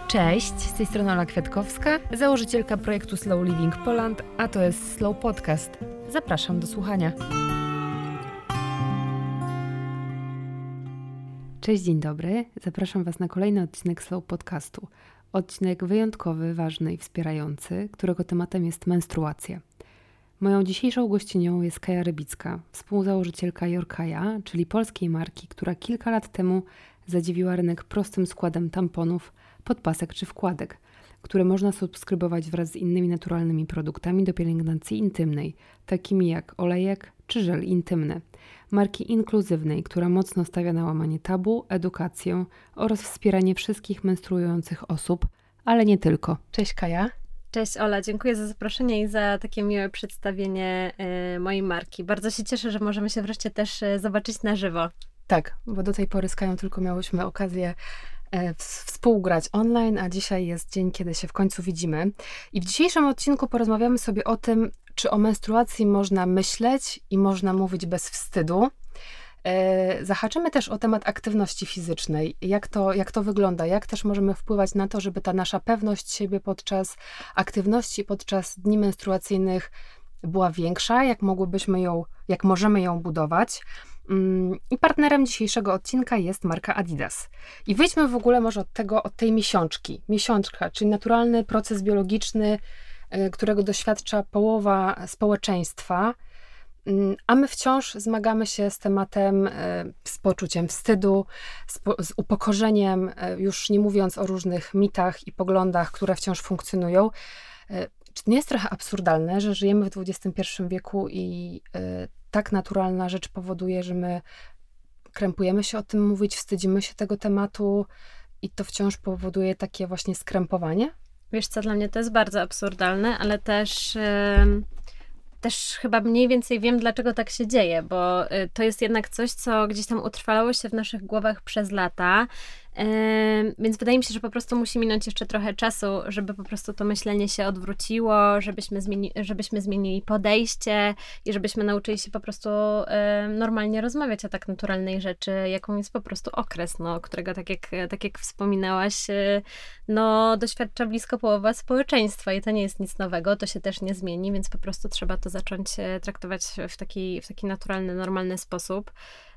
Cześć, z tej strony Ola Kwiatkowska, założycielka projektu Slow Living Poland, a to jest Slow Podcast. Zapraszam do słuchania. Cześć, dzień dobry. Zapraszam Was na kolejny odcinek Slow Podcastu. Odcinek wyjątkowy, ważny i wspierający, którego tematem jest menstruacja. Moją dzisiejszą gościnią jest Kaja Rybicka, współzałożycielka Yorkaja, czyli polskiej marki, która kilka lat temu zadziwiła rynek prostym składem tamponów, podpasek czy wkładek, które można subskrybować wraz z innymi naturalnymi produktami do pielęgnacji intymnej, takimi jak olejek czy żel intymny. Marki inkluzywnej, która mocno stawia na łamanie tabu, edukację oraz wspieranie wszystkich menstruujących osób, ale nie tylko. Cześć Kaja. Cześć Ola, dziękuję za zaproszenie i za takie miłe przedstawienie mojej marki. Bardzo się cieszę, że możemy się wreszcie też zobaczyć na żywo. Tak, bo do tej pory z Kają tylko miałyśmy okazję współgrać online, a dzisiaj jest dzień, kiedy się w końcu widzimy. I w dzisiejszym odcinku porozmawiamy sobie o tym, czy o menstruacji można myśleć i można mówić bez wstydu. Zahaczymy też o temat aktywności fizycznej, jak to wygląda, jak też możemy wpływać na to, żeby ta nasza pewność siebie podczas aktywności, podczas dni menstruacyjnych była większa, jak możemy ją budować. I partnerem dzisiejszego odcinka jest marka Adidas. I wyjdźmy w ogóle może od tej miesiączki. Miesiączka, czyli naturalny proces biologiczny, którego doświadcza połowa społeczeństwa, a my wciąż zmagamy się z tematem, z poczuciem wstydu, z upokorzeniem, już nie mówiąc o różnych mitach i poglądach, które wciąż funkcjonują. Czy to nie jest trochę absurdalne, że żyjemy w XXI wieku i tak naturalna rzecz powoduje, że my krępujemy się o tym mówić, wstydzimy się tego tematu i to wciąż powoduje takie właśnie skrępowanie? Wiesz co, dla mnie to jest bardzo absurdalne, ale też chyba mniej więcej wiem, dlaczego tak się dzieje, bo to jest jednak coś, co gdzieś tam utrwalało się w naszych głowach przez lata, więc wydaje mi się, że po prostu musi minąć jeszcze trochę czasu, żeby po prostu to myślenie się odwróciło, żebyśmy zmienili podejście i żebyśmy nauczyli się po prostu normalnie rozmawiać o tak naturalnej rzeczy, jaką jest po prostu okres, którego tak jak wspominałaś, doświadcza blisko połowa społeczeństwa i to nie jest nic nowego, to się też nie zmieni, więc po prostu trzeba to zacząć traktować w taki naturalny, normalny sposób.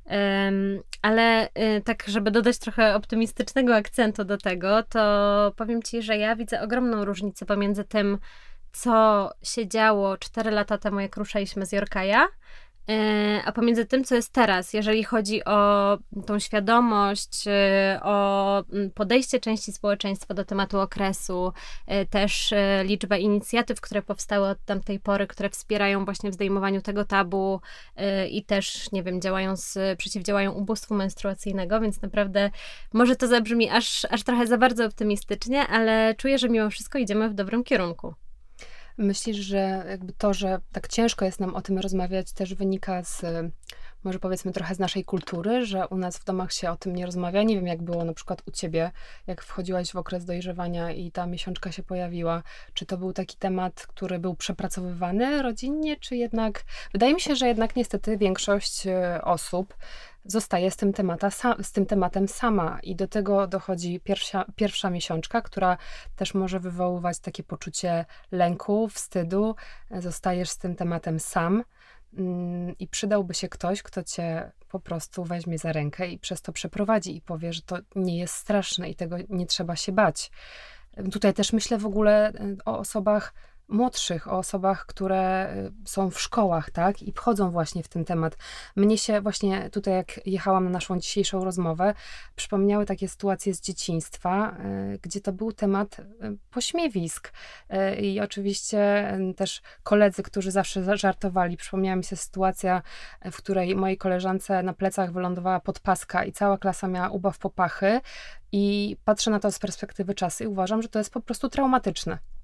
Ale tak, żeby dodać trochę optymistycznego akcentu do tego, to powiem Ci, że ja widzę ogromną różnicę pomiędzy tym, co się działo 4 lata temu, jak ruszaliśmy z Yorkaja, a pomiędzy tym, co jest teraz, jeżeli chodzi o tą świadomość, o podejście części społeczeństwa do tematu okresu, też liczbę inicjatyw, które powstały od tamtej pory, które wspierają właśnie w zdejmowaniu tego tabu i też, nie wiem, przeciwdziałają ubóstwu menstruacyjnego, więc naprawdę może to zabrzmi aż trochę za bardzo optymistycznie, ale czuję, że mimo wszystko idziemy w dobrym kierunku. Myślisz, że jakby to, że tak ciężko jest nam o tym rozmawiać, też wynika z, może powiedzmy trochę z naszej kultury, że u nas w domach się o tym nie rozmawia? Nie wiem, jak było na przykład u ciebie, jak wchodziłaś w okres dojrzewania i ta miesiączka się pojawiła. Czy to był taki temat, który był przepracowywany rodzinnie, czy jednak... Wydaje mi się, że jednak niestety większość osób zostaje z tym tematem sama i do tego dochodzi pierwsza miesiączka, która też może wywoływać takie poczucie lęku, wstydu. Zostajesz z tym tematem sam i przydałby się ktoś, kto cię po prostu weźmie za rękę i przez to przeprowadzi i powie, że to nie jest straszne i tego nie trzeba się bać. Tutaj też myślę w ogóle o osobach młodszych, o osobach, które są w szkołach, tak, i wchodzą właśnie w ten temat. Mnie się właśnie tutaj, jak jechałam na naszą dzisiejszą rozmowę, przypomniały takie sytuacje z dzieciństwa, gdzie to był temat pośmiewisk. I oczywiście też koledzy, którzy zawsze żartowali. Przypomniała mi się sytuacja, w której mojej koleżance na plecach wylądowała podpaska i cała klasa miała ubaw popachy i patrzę na to z perspektywy czasu i uważam, że to jest po prostu traumatyczne.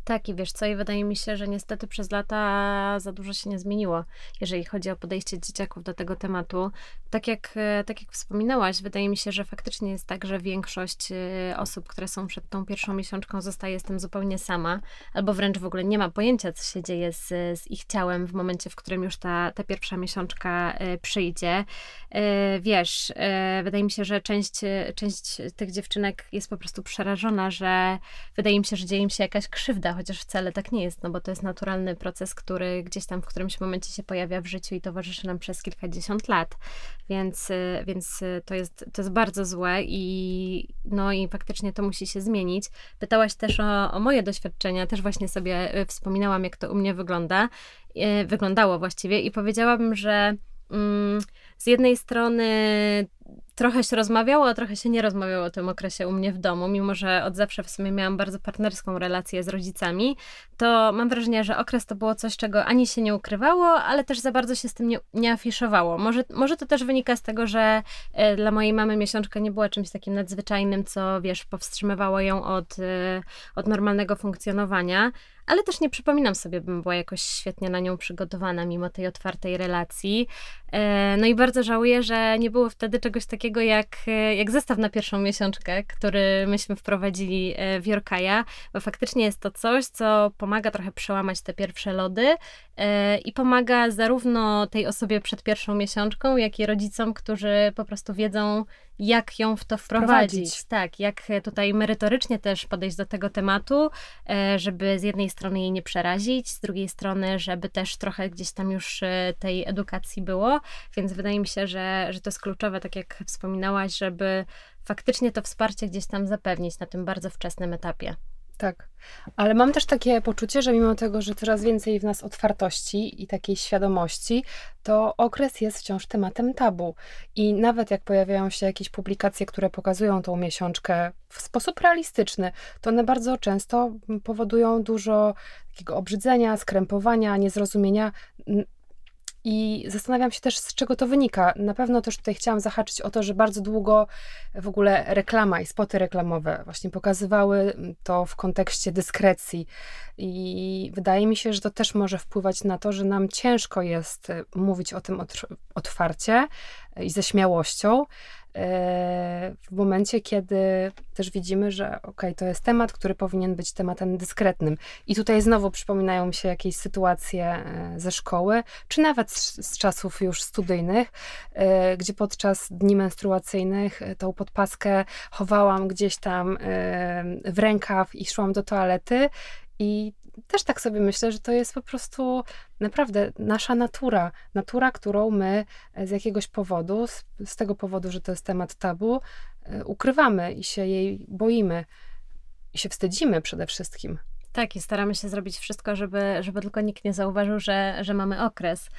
Tak, i wiesz co, i wydaje mi się, że niestety przez lata za dużo się nie zmieniło, jeżeli chodzi o podejście dzieciaków do tego tematu. Tak jak wspominałaś, wydaje mi się, że faktycznie jest tak, że większość osób, które są przed tą pierwszą miesiączką, zostaje z tym zupełnie sama, albo wręcz w ogóle nie ma pojęcia, co się dzieje z ich ciałem w momencie, w którym już ta pierwsza miesiączka przyjdzie. Wiesz, wydaje mi się, że część tych dziewczynek jest po prostu przerażona, że wydaje mi się, że dzieje im się jakaś krzywda, chociaż wcale tak nie jest, no bo to jest naturalny proces, który gdzieś tam w którymś momencie się pojawia w życiu i towarzyszy nam przez kilkadziesiąt lat, więc to jest bardzo złe i faktycznie to musi się zmienić. Pytałaś też o moje doświadczenia, też właśnie sobie wspominałam, jak to u mnie wyglądało właściwie i powiedziałabym, że z jednej strony trochę się rozmawiało, a trochę się nie rozmawiało o tym okresie u mnie w domu, mimo że od zawsze w sumie miałam bardzo partnerską relację z rodzicami, to mam wrażenie, że okres to było coś, czego ani się nie ukrywało, ale też za bardzo się z tym nie afiszowało. Może to też wynika z tego, że dla mojej mamy miesiączka nie była czymś takim nadzwyczajnym, co wiesz, powstrzymywało ją od normalnego funkcjonowania, ale też nie przypominam sobie, bym była jakoś świetnie na nią przygotowana, mimo tej otwartej relacji. No i bardzo żałuję, że nie było wtedy czegoś takiego jak zestaw na pierwszą miesiączkę, który myśmy wprowadzili w Yorkaja, bo faktycznie jest to coś, co pomaga trochę przełamać te pierwsze lody i pomaga zarówno tej osobie przed pierwszą miesiączką, jak i rodzicom, którzy po prostu wiedzą, jak ją w to wprowadzić. Tak, jak tutaj merytorycznie też podejść do tego tematu, żeby z jednej strony jej nie przerazić, z drugiej strony, żeby też trochę gdzieś tam już tej edukacji było, więc wydaje mi się, że to jest kluczowe, tak jak wspominałaś, żeby faktycznie to wsparcie gdzieś tam zapewnić na tym bardzo wczesnym etapie. Tak, ale mam też takie poczucie, że mimo tego, że coraz więcej w nas otwartości i takiej świadomości, to okres jest wciąż tematem tabu. I nawet jak pojawiają się jakieś publikacje, które pokazują tą miesiączkę w sposób realistyczny, to one bardzo często powodują dużo takiego obrzydzenia, skrępowania, niezrozumienia. I zastanawiam się też, z czego to wynika. Na pewno też tutaj chciałam zahaczyć o to, że bardzo długo w ogóle reklama i spoty reklamowe właśnie pokazywały to w kontekście dyskrecji. I wydaje mi się, że to też może wpływać na to, że nam ciężko jest mówić o tym otwarcie i ze śmiałością, w momencie, kiedy też widzimy, że to jest temat, który powinien być tematem dyskretnym. I tutaj znowu przypominają mi się jakieś sytuacje ze szkoły, czy nawet z czasów już studyjnych, gdzie podczas dni menstruacyjnych tą podpaskę chowałam gdzieś tam w rękaw i szłam do toalety. I też tak sobie myślę, że to jest po prostu naprawdę nasza natura, którą my z jakiegoś powodu, z tego powodu, że to jest temat tabu, ukrywamy i się jej boimy i się wstydzimy przede wszystkim. Tak, i staramy się zrobić wszystko, żeby tylko nikt nie zauważył, że mamy okres.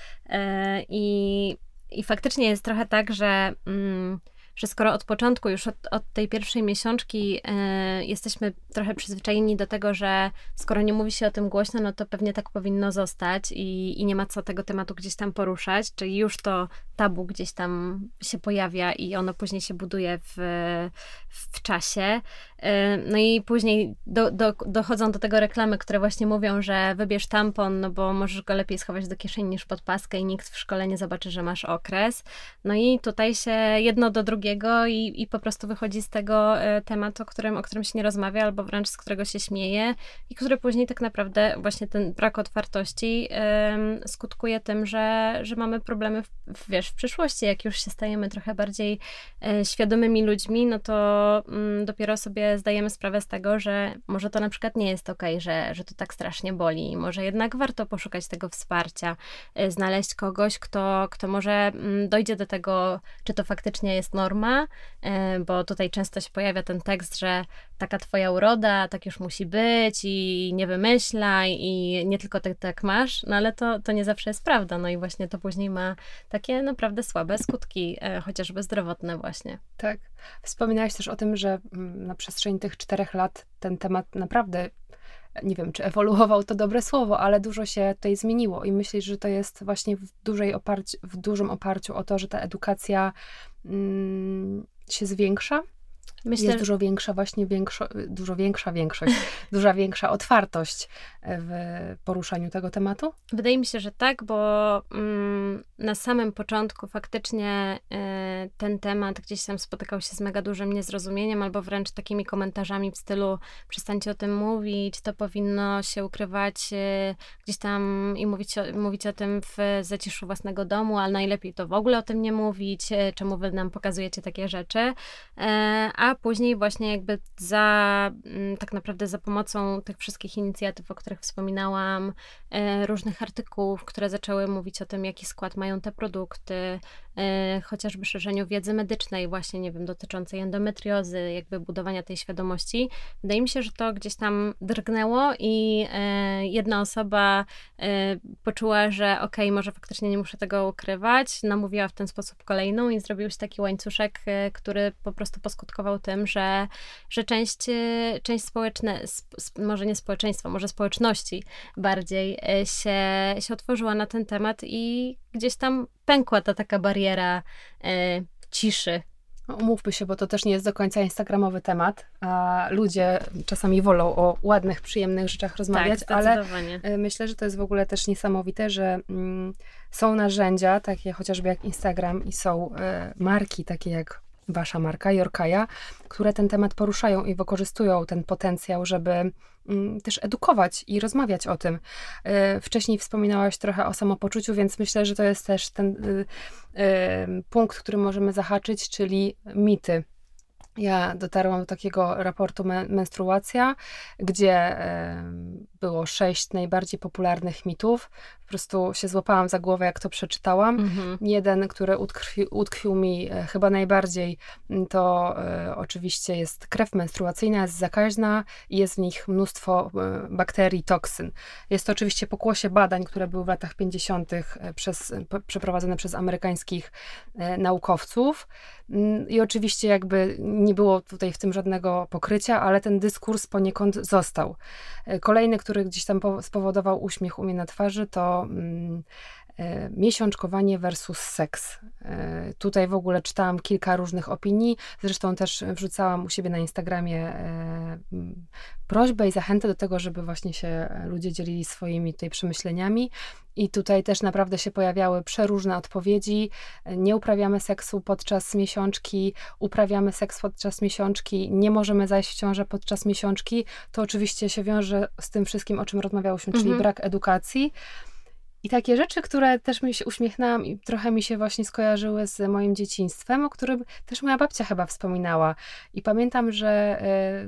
I faktycznie jest trochę tak, że skoro od początku, już od tej pierwszej miesiączki jesteśmy trochę przyzwyczajeni do tego, że skoro nie mówi się o tym głośno, no to pewnie tak powinno zostać i nie ma co tego tematu gdzieś tam poruszać, czyli już to tabu gdzieś tam się pojawia i ono później się buduje w czasie. No i później dochodzą do tego reklamy, które właśnie mówią, że wybierz tampon, no bo możesz go lepiej schować do kieszeni niż pod paskę i nikt w szkole nie zobaczy, że masz okres. No i tutaj się jedno do drugiego i po prostu wychodzi z tego temat, o którym się nie rozmawia, albo wręcz z którego się śmieje i który później tak naprawdę właśnie ten brak otwartości skutkuje tym, że mamy problemy w przyszłości. Jak już się stajemy trochę bardziej świadomymi ludźmi, no to dopiero sobie zdajemy sprawę z tego, że może to na przykład nie jest okej, że to tak strasznie boli. Może jednak warto poszukać tego wsparcia, znaleźć kogoś, kto może dojdzie do tego, czy to faktycznie jest norma, bo tutaj często się pojawia ten tekst, że taka twoja uroda, tak już musi być i nie wymyślaj i nie tylko ty tak masz, no ale to nie zawsze jest prawda, no i właśnie to później ma takie naprawdę słabe skutki, chociażby zdrowotne właśnie. Tak. Wspominałaś też o tym, że na przestrzeni tych 4 lat ten temat naprawdę, nie wiem, czy ewoluował to dobre słowo, ale dużo się tutaj zmieniło i myślę, że to jest właśnie w dużym oparciu o to, że ta edukacja się zwiększa Jest dużo większa duża większa otwartość w poruszaniu tego tematu? Wydaje mi się, że tak, bo na samym początku faktycznie ten temat gdzieś tam spotykał się z mega dużym niezrozumieniem, albo wręcz takimi komentarzami w stylu przestańcie o tym mówić, to powinno się ukrywać gdzieś tam i mówić o tym w zaciszu własnego domu, ale najlepiej to w ogóle o tym nie mówić, czemu wy nam pokazujecie takie rzeczy, a później właśnie jakby tak naprawdę za pomocą tych wszystkich inicjatyw, o których wspominałam, różnych artykułów, które zaczęły mówić o tym, jaki skład mają te produkty, chociażby szerzeniu wiedzy medycznej właśnie, nie wiem, dotyczącej endometriozy, jakby budowania tej świadomości. Wydaje mi się, że to gdzieś tam drgnęło i jedna osoba poczuła, że okej, może faktycznie nie muszę tego ukrywać, namówiła w ten sposób kolejną i zrobił się taki łańcuszek, który po prostu poskutkował tym, że część może nie społeczeństwa, może społeczności bardziej się otworzyła na ten temat i gdzieś tam pękła ta taka bariera ciszy. No, umówmy się, bo to też nie jest do końca instagramowy temat, a ludzie czasami wolą o ładnych, przyjemnych rzeczach rozmawiać, tak, ale myślę, że to jest w ogóle też niesamowite, że są narzędzia, takie chociażby jak Instagram i są marki takie jak wasza marka, Yorkaja, które ten temat poruszają i wykorzystują ten potencjał, żeby też edukować i rozmawiać o tym. Wcześniej wspominałaś trochę o samopoczuciu, więc myślę, że to jest też ten punkt, który możemy zahaczyć, czyli mity. Ja dotarłam do takiego raportu Menstruacja, gdzie było 6 najbardziej popularnych mitów. Po prostu się złapałam za głowę, jak to przeczytałam. Jeden, który utkwił mi chyba najbardziej, to oczywiście jest krew menstruacyjna, jest zakaźna i jest w nich mnóstwo bakterii, toksyn. Jest to oczywiście pokłosie badań, które były w latach 50. Przeprowadzone przez amerykańskich naukowców. I oczywiście jakby nie było tutaj w tym żadnego pokrycia, ale ten dyskurs poniekąd został. Kolejny, który gdzieś tam spowodował uśmiech u mnie na twarzy, to miesiączkowanie versus seks. Tutaj w ogóle czytałam kilka różnych opinii, zresztą też wrzucałam u siebie na Instagramie prośbę i zachętę do tego, żeby właśnie się ludzie dzielili swoimi tutaj przemyśleniami i tutaj też naprawdę się pojawiały przeróżne odpowiedzi. Nie uprawiamy seksu podczas miesiączki, uprawiamy seks podczas miesiączki, nie możemy zajść w ciążę podczas miesiączki. To oczywiście się wiąże z tym wszystkim, o czym rozmawiałyśmy, czyli brak edukacji. I takie rzeczy, które też mi się uśmiechnęłam i trochę mi się właśnie skojarzyły z moim dzieciństwem, o którym też moja babcia chyba wspominała. I pamiętam, że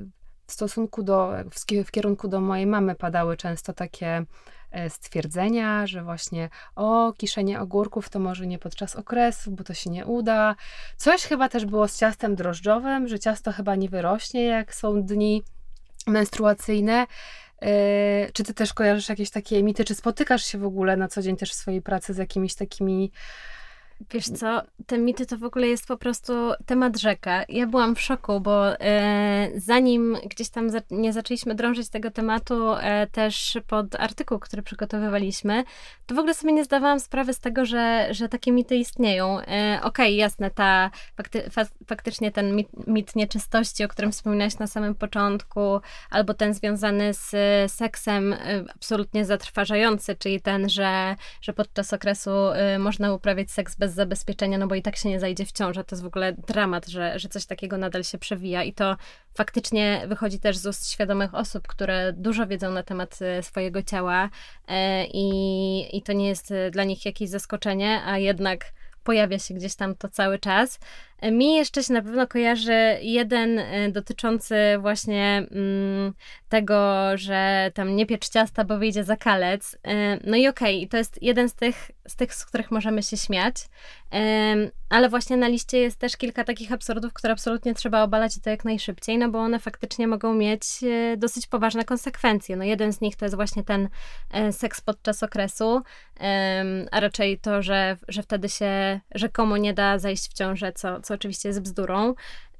w kierunku do mojej mamy padały często takie stwierdzenia, że właśnie kiszenie ogórków to może nie podczas okresu, bo to się nie uda. Coś chyba też było z ciastem drożdżowym, że ciasto chyba nie wyrośnie, jak są dni menstruacyjne. Czy ty też kojarzysz jakieś takie mity, czy spotykasz się w ogóle na co dzień też w swojej pracy z jakimiś takimi... Wiesz co, te mity to w ogóle jest po prostu temat rzeka. Ja byłam w szoku, bo zanim gdzieś tam nie zaczęliśmy drążyć tego tematu, też pod artykuł, który przygotowywaliśmy, to w ogóle sobie nie zdawałam sprawy z tego, że takie mity istnieją. Okej, jasne, faktycznie ten mit nieczystości, o którym wspominałaś na samym początku, albo ten związany z seksem absolutnie zatrważający, czyli ten, że podczas okresu można uprawiać seks bez zabezpieczenia, no bo i tak się nie zajdzie w ciążę. To jest w ogóle dramat, że coś takiego nadal się przewija i to faktycznie wychodzi też z ust świadomych osób, które dużo wiedzą na temat swojego ciała i to nie jest dla nich jakieś zaskoczenie, a jednak pojawia się gdzieś tam to cały czas. Mi jeszcze się na pewno kojarzy jeden dotyczący właśnie tego, że tam nie piecz ciasta, bo wyjdzie zakalec. No i okej, to jest jeden z tych, z których możemy się śmiać, ale właśnie na liście jest też kilka takich absurdów, które absolutnie trzeba obalać i to jak najszybciej, no bo one faktycznie mogą mieć dosyć poważne konsekwencje. No jeden z nich to jest właśnie ten seks podczas okresu, a raczej to, że wtedy się rzekomo nie da zajść w ciążę, co oczywiście jest bzdurą.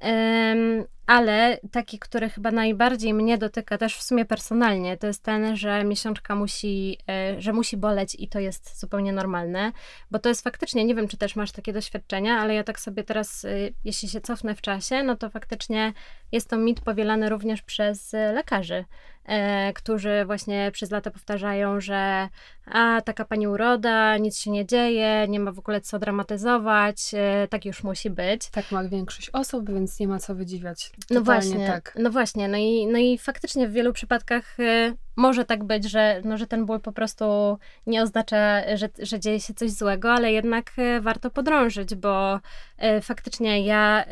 Ale taki, który chyba najbardziej mnie dotyka też w sumie personalnie, to jest ten, że miesiączka że musi boleć i to jest zupełnie normalne, bo to jest faktycznie, nie wiem, czy też masz takie doświadczenia, ale ja tak sobie teraz, jeśli się cofnę w czasie, no to faktycznie jest to mit powielany również przez lekarzy, którzy właśnie przez lata powtarzają, że taka pani uroda, nic się nie dzieje, nie ma w ogóle co dramatyzować, tak już musi być. Tak ma większość osób, więc nie ma co wydziwiać. No Totalnie właśnie, tak. no właśnie, no i faktycznie w wielu przypadkach może tak być, że ten ból po prostu nie oznacza, że dzieje się coś złego, ale jednak warto podrążyć, bo faktycznie ja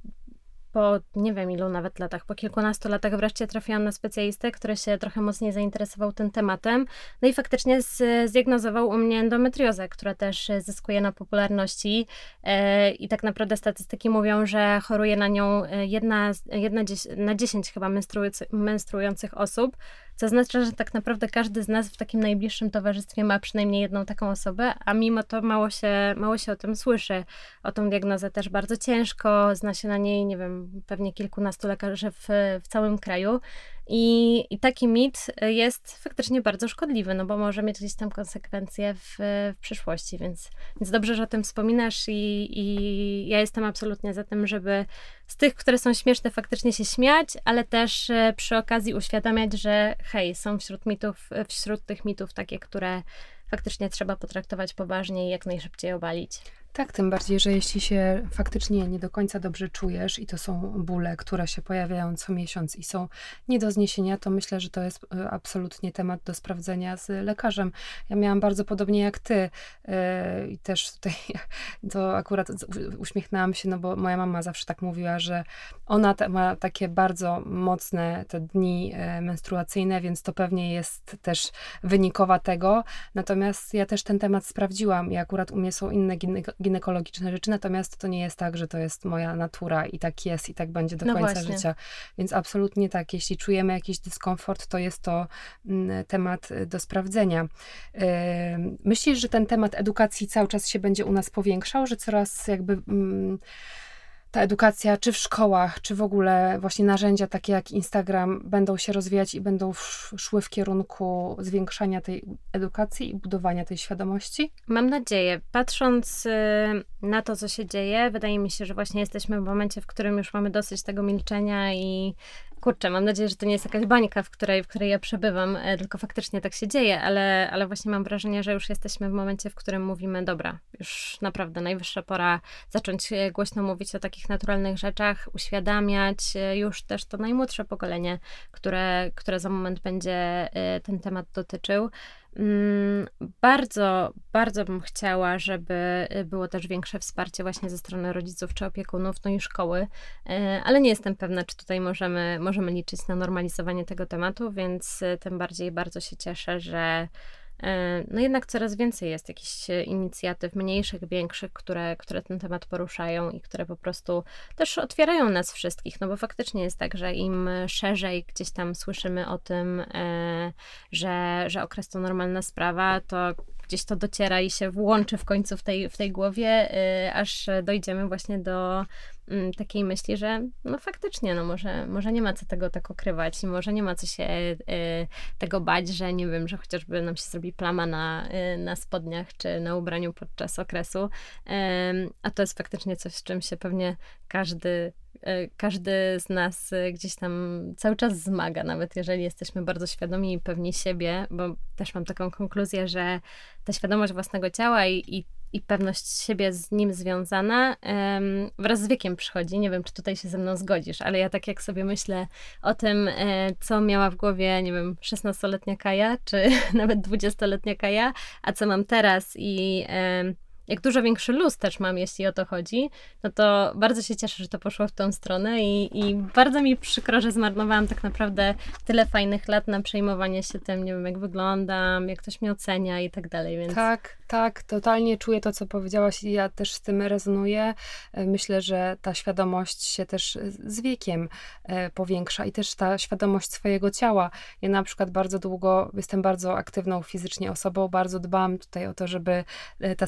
po nie wiem ilu nawet latach, po kilkunastu latach wreszcie trafiłam na specjalistę, który się trochę mocniej zainteresował tym tematem. No i faktycznie zdiagnozował u mnie endometriozę, która też zyskuje na popularności i tak naprawdę statystyki mówią, że choruje na nią jedna na 10 chyba menstruujących osób, co oznacza, że tak naprawdę każdy z nas w takim najbliższym towarzystwie ma przynajmniej jedną taką osobę, a mimo to mało się o tym słyszy. O tą diagnozę też bardzo ciężko, zna się na niej, nie wiem, pewnie kilkunastu lekarzy w całym kraju. I taki mit jest faktycznie bardzo szkodliwy, no bo może mieć gdzieś tam konsekwencje w przyszłości, więc dobrze, że o tym wspominasz i ja jestem absolutnie za tym, żeby z tych, które są śmieszne, faktycznie się śmiać, ale też przy okazji uświadamiać, że hej, są wśród tych mitów takie, które faktycznie trzeba potraktować poważnie i jak najszybciej obalić. Tak, tym bardziej, że jeśli się faktycznie nie do końca dobrze czujesz i to są bóle, które się pojawiają co miesiąc i są nie do zniesienia, to myślę, że to jest absolutnie temat do sprawdzenia z lekarzem. Ja miałam bardzo podobnie jak ty i też tutaj to akurat uśmiechnęłam się, no bo moja mama zawsze tak mówiła, że ona ma takie bardzo mocne te dni menstruacyjne, więc to pewnie jest też wynikowa tego. Natomiast ja też ten temat sprawdziłam i akurat u mnie są inne ginekologiczne rzeczy, natomiast to nie jest tak, że to jest moja natura i tak jest i tak będzie do końca właśnie. życia. Więc absolutnie tak, jeśli czujemy jakiś dyskomfort, to jest to temat do sprawdzenia. Myślisz, że ten temat edukacji cały czas się będzie u nas powiększał, że coraz jakby ta edukacja, czy w szkołach, czy w ogóle właśnie narzędzia takie jak Instagram będą się rozwijać i będą szły w kierunku zwiększania tej edukacji i budowania tej świadomości? Mam nadzieję. Patrząc na to, co się dzieje, wydaje mi się, że właśnie jesteśmy w momencie, w którym już mamy dosyć tego milczenia i kurczę, mam nadzieję, że to nie jest jakaś bańka, w której ja przebywam, tylko faktycznie tak się dzieje, ale właśnie mam wrażenie, że już jesteśmy w momencie, w którym mówimy, dobra, już naprawdę najwyższa pora zacząć głośno mówić o takich naturalnych rzeczach, uświadamiać już też to najmłodsze pokolenie, które za moment będzie ten temat dotyczył. Bardzo, bardzo bym chciała, żeby było też większe wsparcie właśnie ze strony rodziców czy opiekunów, no i szkoły, ale nie jestem pewna, czy tutaj możemy liczyć na normalizowanie tego tematu, więc tym bardziej bardzo się cieszę, że no jednak coraz więcej jest jakichś inicjatyw mniejszych, większych, które ten temat poruszają i które po prostu też otwierają nas wszystkich, no bo faktycznie jest tak, że im szerzej gdzieś tam słyszymy o tym, że okres to normalna sprawa, to gdzieś to dociera i się włączy w końcu w tej głowie, aż dojdziemy właśnie do takiej myśli, że no faktycznie, no może nie ma co tego tak okrywać i może nie ma co się tego bać, że nie wiem, że chociażby nam się zrobi plama na spodniach czy na ubraniu podczas okresu, a to jest faktycznie coś, z czym się pewnie każdy z nas gdzieś tam cały czas zmaga, nawet jeżeli jesteśmy bardzo świadomi i pewni siebie, bo też mam taką konkluzję, że ta świadomość własnego ciała i pewność siebie z nim związana wraz z wiekiem przychodzi. Nie wiem, czy tutaj się ze mną zgodzisz, ale ja tak jak sobie myślę o tym, co miała w głowie, nie wiem, 16-letnia Kaja, czy nawet 20-letnia Kaja, a co mam teraz i jak dużo większy luz też mam, jeśli o to chodzi, no to bardzo się cieszę, że to poszło w tą stronę i bardzo mi przykro, że zmarnowałam tak naprawdę tyle fajnych lat na przejmowanie się tym, nie wiem, jak wyglądam, jak ktoś mnie ocenia i tak dalej, więc... Tak, totalnie czuję to, co powiedziałaś i ja też z tym rezonuję. Myślę, że ta świadomość się też z wiekiem powiększa i też ta świadomość swojego ciała. Ja na przykład jestem bardzo aktywną fizycznie osobą, bardzo dbam tutaj o to, żeby ta sylwetka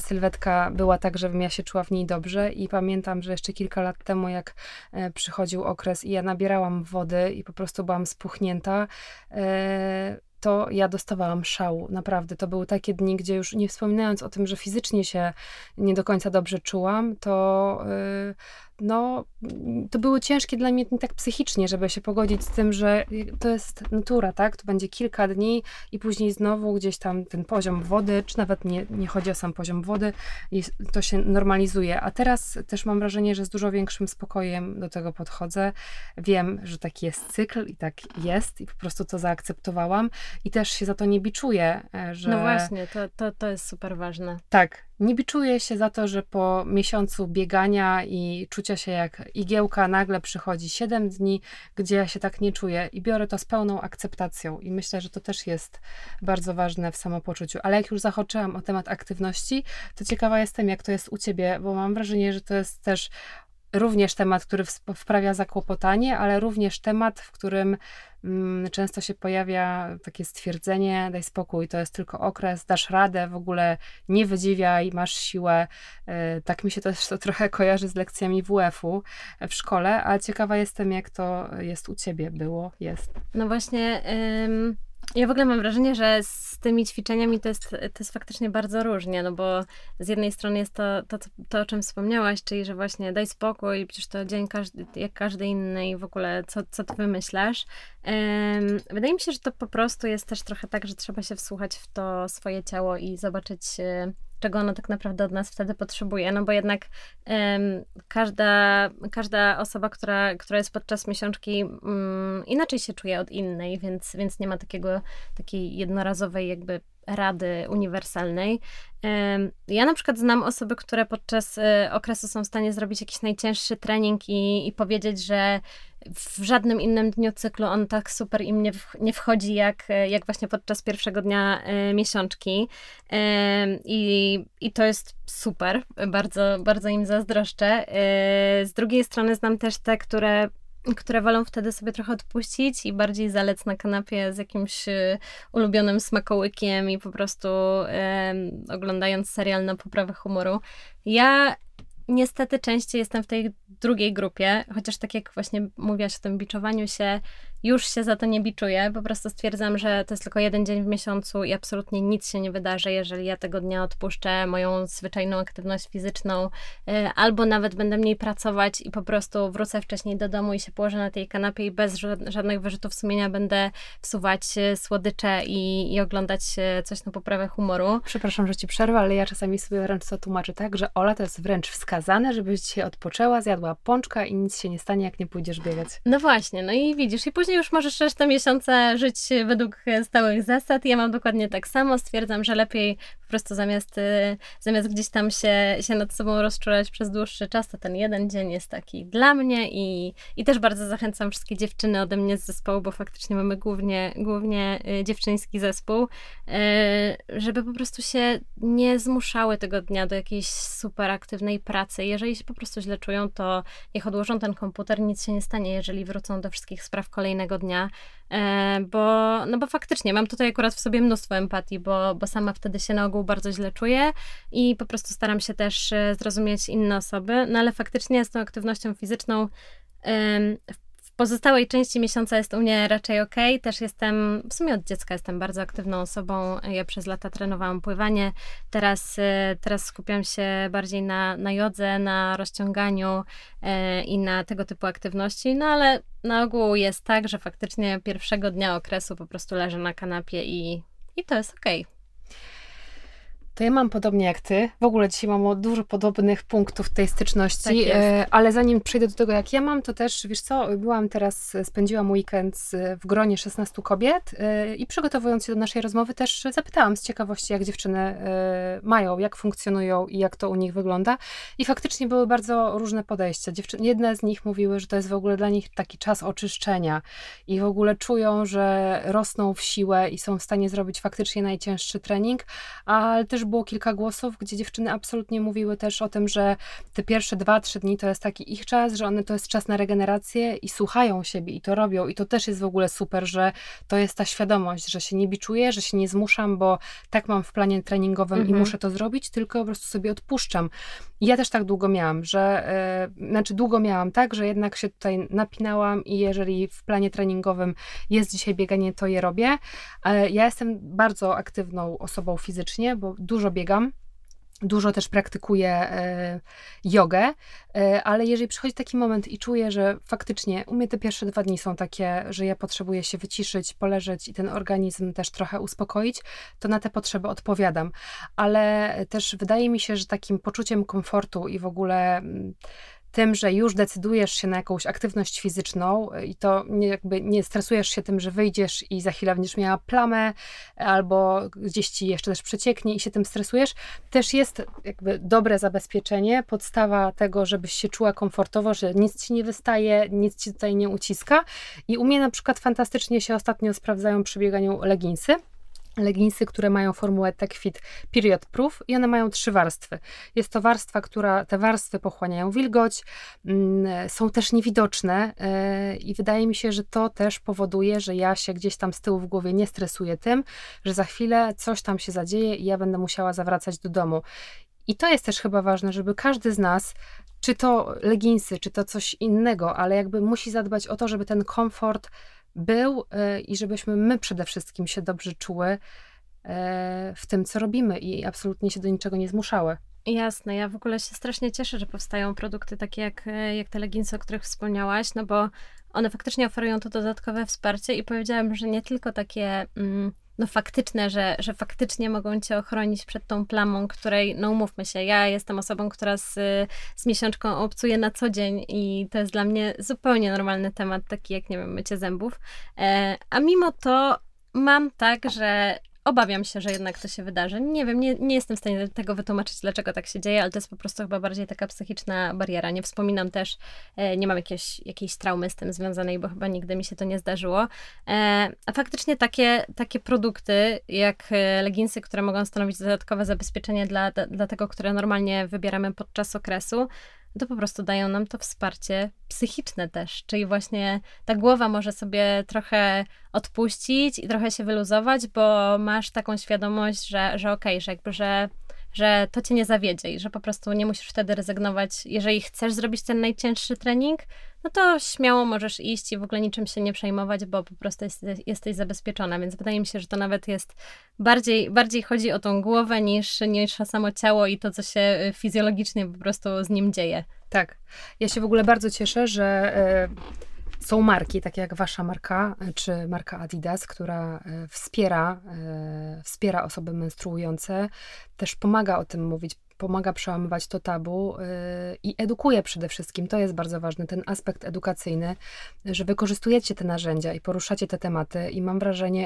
wenika była tak, żebym ja się czuła w niej dobrze i pamiętam, że jeszcze kilka lat temu, jak przychodził okres i ja nabierałam wody i po prostu byłam spuchnięta, to ja dostawałam szału, naprawdę. To były takie dni, gdzie już nie wspominając o tym, że fizycznie się nie do końca dobrze czułam, to no, to były ciężkie dla mnie dni tak psychicznie, żeby się pogodzić z tym, że to jest natura, tak? To będzie kilka dni i później znowu gdzieś tam ten poziom wody, czy nawet nie chodzi o sam poziom wody, to się normalizuje. A teraz też mam wrażenie, że z dużo większym spokojem do tego podchodzę. Wiem, że taki jest cykl i tak jest i po prostu to zaakceptowałam i też się za to nie biczuję, że... No właśnie, to jest super ważne. Tak, nie biczuję się za to, że po miesiącu biegania i czucia się jak igiełka nagle przychodzi 7 dni, gdzie ja się tak nie czuję i biorę to z pełną akceptacją i myślę, że to też jest bardzo ważne w samopoczuciu. Ale jak już zahaczyłam o temat aktywności, to ciekawa jestem, jak to jest u ciebie, bo mam wrażenie, że to jest też również temat, który wprawia zakłopotanie, ale również temat, w którym często się pojawia takie stwierdzenie, daj spokój, to jest tylko okres, dasz radę, w ogóle nie wydziwiaj, masz siłę. Tak mi się też to trochę kojarzy z lekcjami WF-u w szkole, ale ciekawa jestem, jak to jest u ciebie, jest. No właśnie, ja w ogóle mam wrażenie, że z tymi ćwiczeniami to jest faktycznie bardzo różnie, no bo z jednej strony jest to, o czym wspomniałaś, czyli że właśnie daj spokój, przecież to dzień jak każdy inny i w ogóle co ty wymyślasz. Wydaje mi się, że to po prostu jest też trochę tak, że trzeba się wsłuchać w to swoje ciało i zobaczyć, czego ono tak naprawdę od nas wtedy potrzebuje, no bo jednak każda osoba, która jest podczas miesiączki, inaczej się czuje od innej, więc nie ma takiej jednorazowej jakby rady uniwersalnej. Ja na przykład znam osoby, które podczas okresu są w stanie zrobić jakiś najcięższy trening i powiedzieć, że w żadnym innym dniu cyklu on tak super im nie wchodzi, jak właśnie podczas pierwszego dnia miesiączki. I to jest super. Bardzo, bardzo im zazdroszczę. Z drugiej strony znam też te, które wolą wtedy sobie trochę odpuścić i bardziej zalec na kanapie z jakimś ulubionym smakołykiem i po prostu oglądając serial na poprawę humoru. Ja niestety częściej jestem w tej drugiej grupie, chociaż tak jak właśnie mówiłaś o tym biczowaniu się, już się za to nie biczuję, po prostu stwierdzam, że to jest tylko jeden dzień w miesiącu i absolutnie nic się nie wydarzy, jeżeli ja tego dnia odpuszczę moją zwyczajną aktywność fizyczną, albo nawet będę mniej pracować i po prostu wrócę wcześniej do domu i się położę na tej kanapie i bez żadnych wyrzutów sumienia będę wsuwać słodycze i oglądać coś na poprawę humoru. Przepraszam, że ci przerwę, ale ja czasami sobie wręcz to tłumaczę tak, że Ola, to jest wręcz wskazane, żebyś dzisiaj odpoczęła, zjadła pączka i nic się nie stanie, jak nie pójdziesz biegać. No właśnie, no i widzisz, i później już możesz resztę miesiąca żyć według stałych zasad. Ja mam dokładnie tak samo. Stwierdzam, że lepiej po prostu zamiast gdzieś tam się nad sobą rozczulać przez dłuższy czas, to ten jeden dzień jest taki dla mnie i też bardzo zachęcam wszystkie dziewczyny ode mnie z zespołu, bo faktycznie mamy głównie dziewczyński zespół, żeby po prostu się nie zmuszały tego dnia do jakiejś super aktywnej pracy. Jeżeli się po prostu źle czują, to niech odłożą ten komputer, nic się nie stanie, jeżeli wrócą do wszystkich spraw kolejnego dnia, bo faktycznie mam tutaj akurat w sobie mnóstwo empatii, bo sama wtedy się na ogół bardzo źle czuję i po prostu staram się też zrozumieć inne osoby, no ale faktycznie z tą aktywnością fizyczną w pozostałej części miesiąca jest u mnie raczej okej. Też w sumie od dziecka jestem bardzo aktywną osobą. Ja przez lata trenowałam pływanie. Teraz skupiam się bardziej na jodze, na rozciąganiu i na tego typu aktywności. No ale na ogół jest tak, że faktycznie pierwszego dnia okresu po prostu leżę na kanapie i to jest okej. To ja mam podobnie jak ty. W ogóle dzisiaj mam dużo podobnych punktów tej styczności, Tak jest. ale zanim przejdę do tego, jak ja mam, to też, wiesz co, spędziłam weekend w gronie 16 kobiet i przygotowując się do naszej rozmowy też zapytałam z ciekawości, jak dziewczyny mają, jak funkcjonują i jak to u nich wygląda. I faktycznie były bardzo różne podejścia. Jedne z nich mówiły, że to jest w ogóle dla nich taki czas oczyszczenia i w ogóle czują, że rosną w siłę i są w stanie zrobić faktycznie najcięższy trening, ale też było kilka głosów, gdzie dziewczyny absolutnie mówiły też o tym, że te pierwsze 2-3 dni to jest taki ich czas, że to jest czas na regenerację i słuchają siebie i to robią. I to też jest w ogóle super, że to jest ta świadomość, że się nie biczuję, że się nie zmuszam, bo tak mam w planie treningowym i muszę to zrobić, tylko po prostu sobie odpuszczam. I ja też tak długo miałam, długo miałam tak, że jednak się tutaj napinałam i jeżeli w planie treningowym jest dzisiaj bieganie, to je robię. Ja jestem bardzo aktywną osobą fizycznie, bo dużo biegam. Dużo też praktykuję jogę, ale jeżeli przychodzi taki moment i czuję, że faktycznie u mnie te pierwsze 2 dni są takie, że ja potrzebuję się wyciszyć, poleżeć i ten organizm też trochę uspokoić, to na te potrzeby odpowiadam. Ale też wydaje mi się, że takim poczuciem komfortu i w ogóle tym, że już decydujesz się na jakąś aktywność fizyczną i to nie stresujesz się tym, że wyjdziesz i za chwilę będziesz miała plamę albo gdzieś ci jeszcze też przecieknie i się tym stresujesz, też jest jakby dobre zabezpieczenie, podstawa tego, żebyś się czuła komfortowo, że nic ci nie wystaje, nic ci tutaj nie uciska. I u mnie na przykład fantastycznie się ostatnio sprawdzają przy bieganiu leginsy. Leginsy, które mają formułę Tech Fit Period Proof i one mają 3 warstwy. Jest to warstwa, te warstwy pochłaniają wilgoć, są też niewidoczne i wydaje mi się, że to też powoduje, że ja się gdzieś tam z tyłu w głowie nie stresuję tym, że za chwilę coś tam się zadzieje i ja będę musiała zawracać do domu. I to jest też chyba ważne, żeby każdy z nas, czy to leginsy, czy to coś innego, ale jakby musi zadbać o to, żeby ten komfort był i żebyśmy my przede wszystkim się dobrze czuły w tym, co robimy i absolutnie się do niczego nie zmuszały. Jasne, ja w ogóle się strasznie cieszę, że powstają produkty takie jak te leginsy, o których wspomniałaś, no bo one faktycznie oferują to dodatkowe wsparcie i powiedziałam, że nie tylko takie no faktyczne, że faktycznie mogą cię ochronić przed tą plamą, której, no umówmy się, ja jestem osobą, która z miesiączką obcuje na co dzień i to jest dla mnie zupełnie normalny temat, taki jak, nie wiem, mycie zębów, a mimo to mam tak, że obawiam się, że jednak to się wydarzy. Nie wiem, nie jestem w stanie tego wytłumaczyć, dlaczego tak się dzieje, ale to jest po prostu chyba bardziej taka psychiczna bariera. Nie wspominam też, nie mam jakiejś traumy z tym związanej, bo chyba nigdy mi się to nie zdarzyło. A faktycznie takie produkty, jak leginsy, które mogą stanowić dodatkowe zabezpieczenie dla tego, które normalnie wybieramy podczas okresu, to po prostu dają nam to wsparcie psychiczne też, czyli właśnie ta głowa może sobie trochę odpuścić i trochę się wyluzować, bo masz taką świadomość, że okej, że to cię nie zawiedzie i że po prostu nie musisz wtedy rezygnować. Jeżeli chcesz zrobić ten najcięższy trening, no to śmiało możesz iść i w ogóle niczym się nie przejmować, bo po prostu jesteś zabezpieczona, więc wydaje mi się, że to nawet jest bardziej chodzi o tą głowę niż o samo ciało i to, co się fizjologicznie po prostu z nim dzieje. Tak. Ja się w ogóle bardzo cieszę, że są marki, takie jak wasza marka, czy marka Adidas, która wspiera osoby menstruujące, też pomaga o tym mówić, pomaga przełamywać to tabu i edukuje przede wszystkim. To jest bardzo ważny, ten aspekt edukacyjny, że wykorzystujecie te narzędzia i poruszacie te tematy i mam wrażenie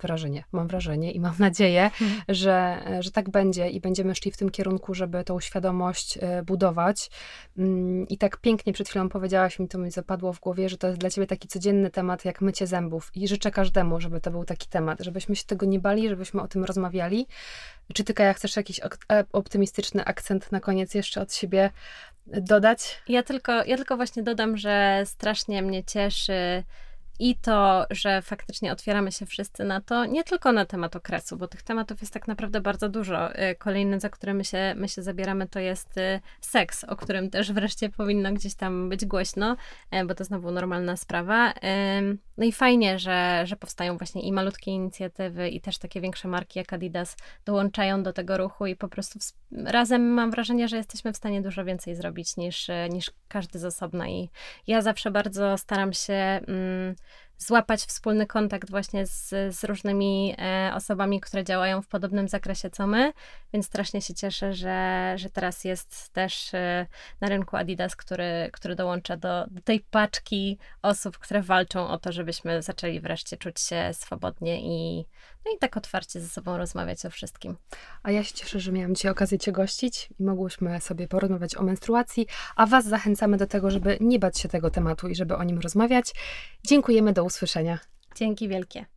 i mam nadzieję, że tak będzie i będziemy szli w tym kierunku, żeby tą świadomość budować. I tak pięknie przed chwilą powiedziałaś mi, to mi zapadło w głowie, że to jest dla ciebie taki codzienny temat jak mycie zębów i życzę każdemu, żeby to był taki temat, żebyśmy się tego nie bali, żebyśmy o tym rozmawiali. Czy ty, Kaja, chcesz jakiś optymistyczny akcent na koniec jeszcze od siebie dodać? Ja tylko właśnie dodam, że strasznie mnie cieszy i to, że faktycznie otwieramy się wszyscy na to, nie tylko na temat okresu, bo tych tematów jest tak naprawdę bardzo dużo. Kolejny, za który my się zabieramy, to jest seks, o którym też wreszcie powinno gdzieś tam być głośno, bo to znowu normalna sprawa. No i fajnie, że powstają właśnie i malutkie inicjatywy i też takie większe marki jak Adidas dołączają do tego ruchu i po prostu razem mam wrażenie, że jesteśmy w stanie dużo więcej zrobić niż każdy z osobna i ja zawsze bardzo staram się złapać wspólny kontakt właśnie z różnymi osobami, które działają w podobnym zakresie co my, więc strasznie się cieszę, że teraz jest też na rynku Adidas, który dołącza do tej paczki osób, które walczą o to, żebyśmy zaczęli wreszcie czuć się swobodnie i tak otwarcie ze sobą rozmawiać o wszystkim. A ja się cieszę, że miałam dzisiaj okazję cię gościć i mogłyśmy sobie porozmawiać o menstruacji, a was zachęcamy do tego, żeby nie bać się tego tematu i żeby o nim rozmawiać. Dziękujemy, do usłyszenia. Dzięki wielkie.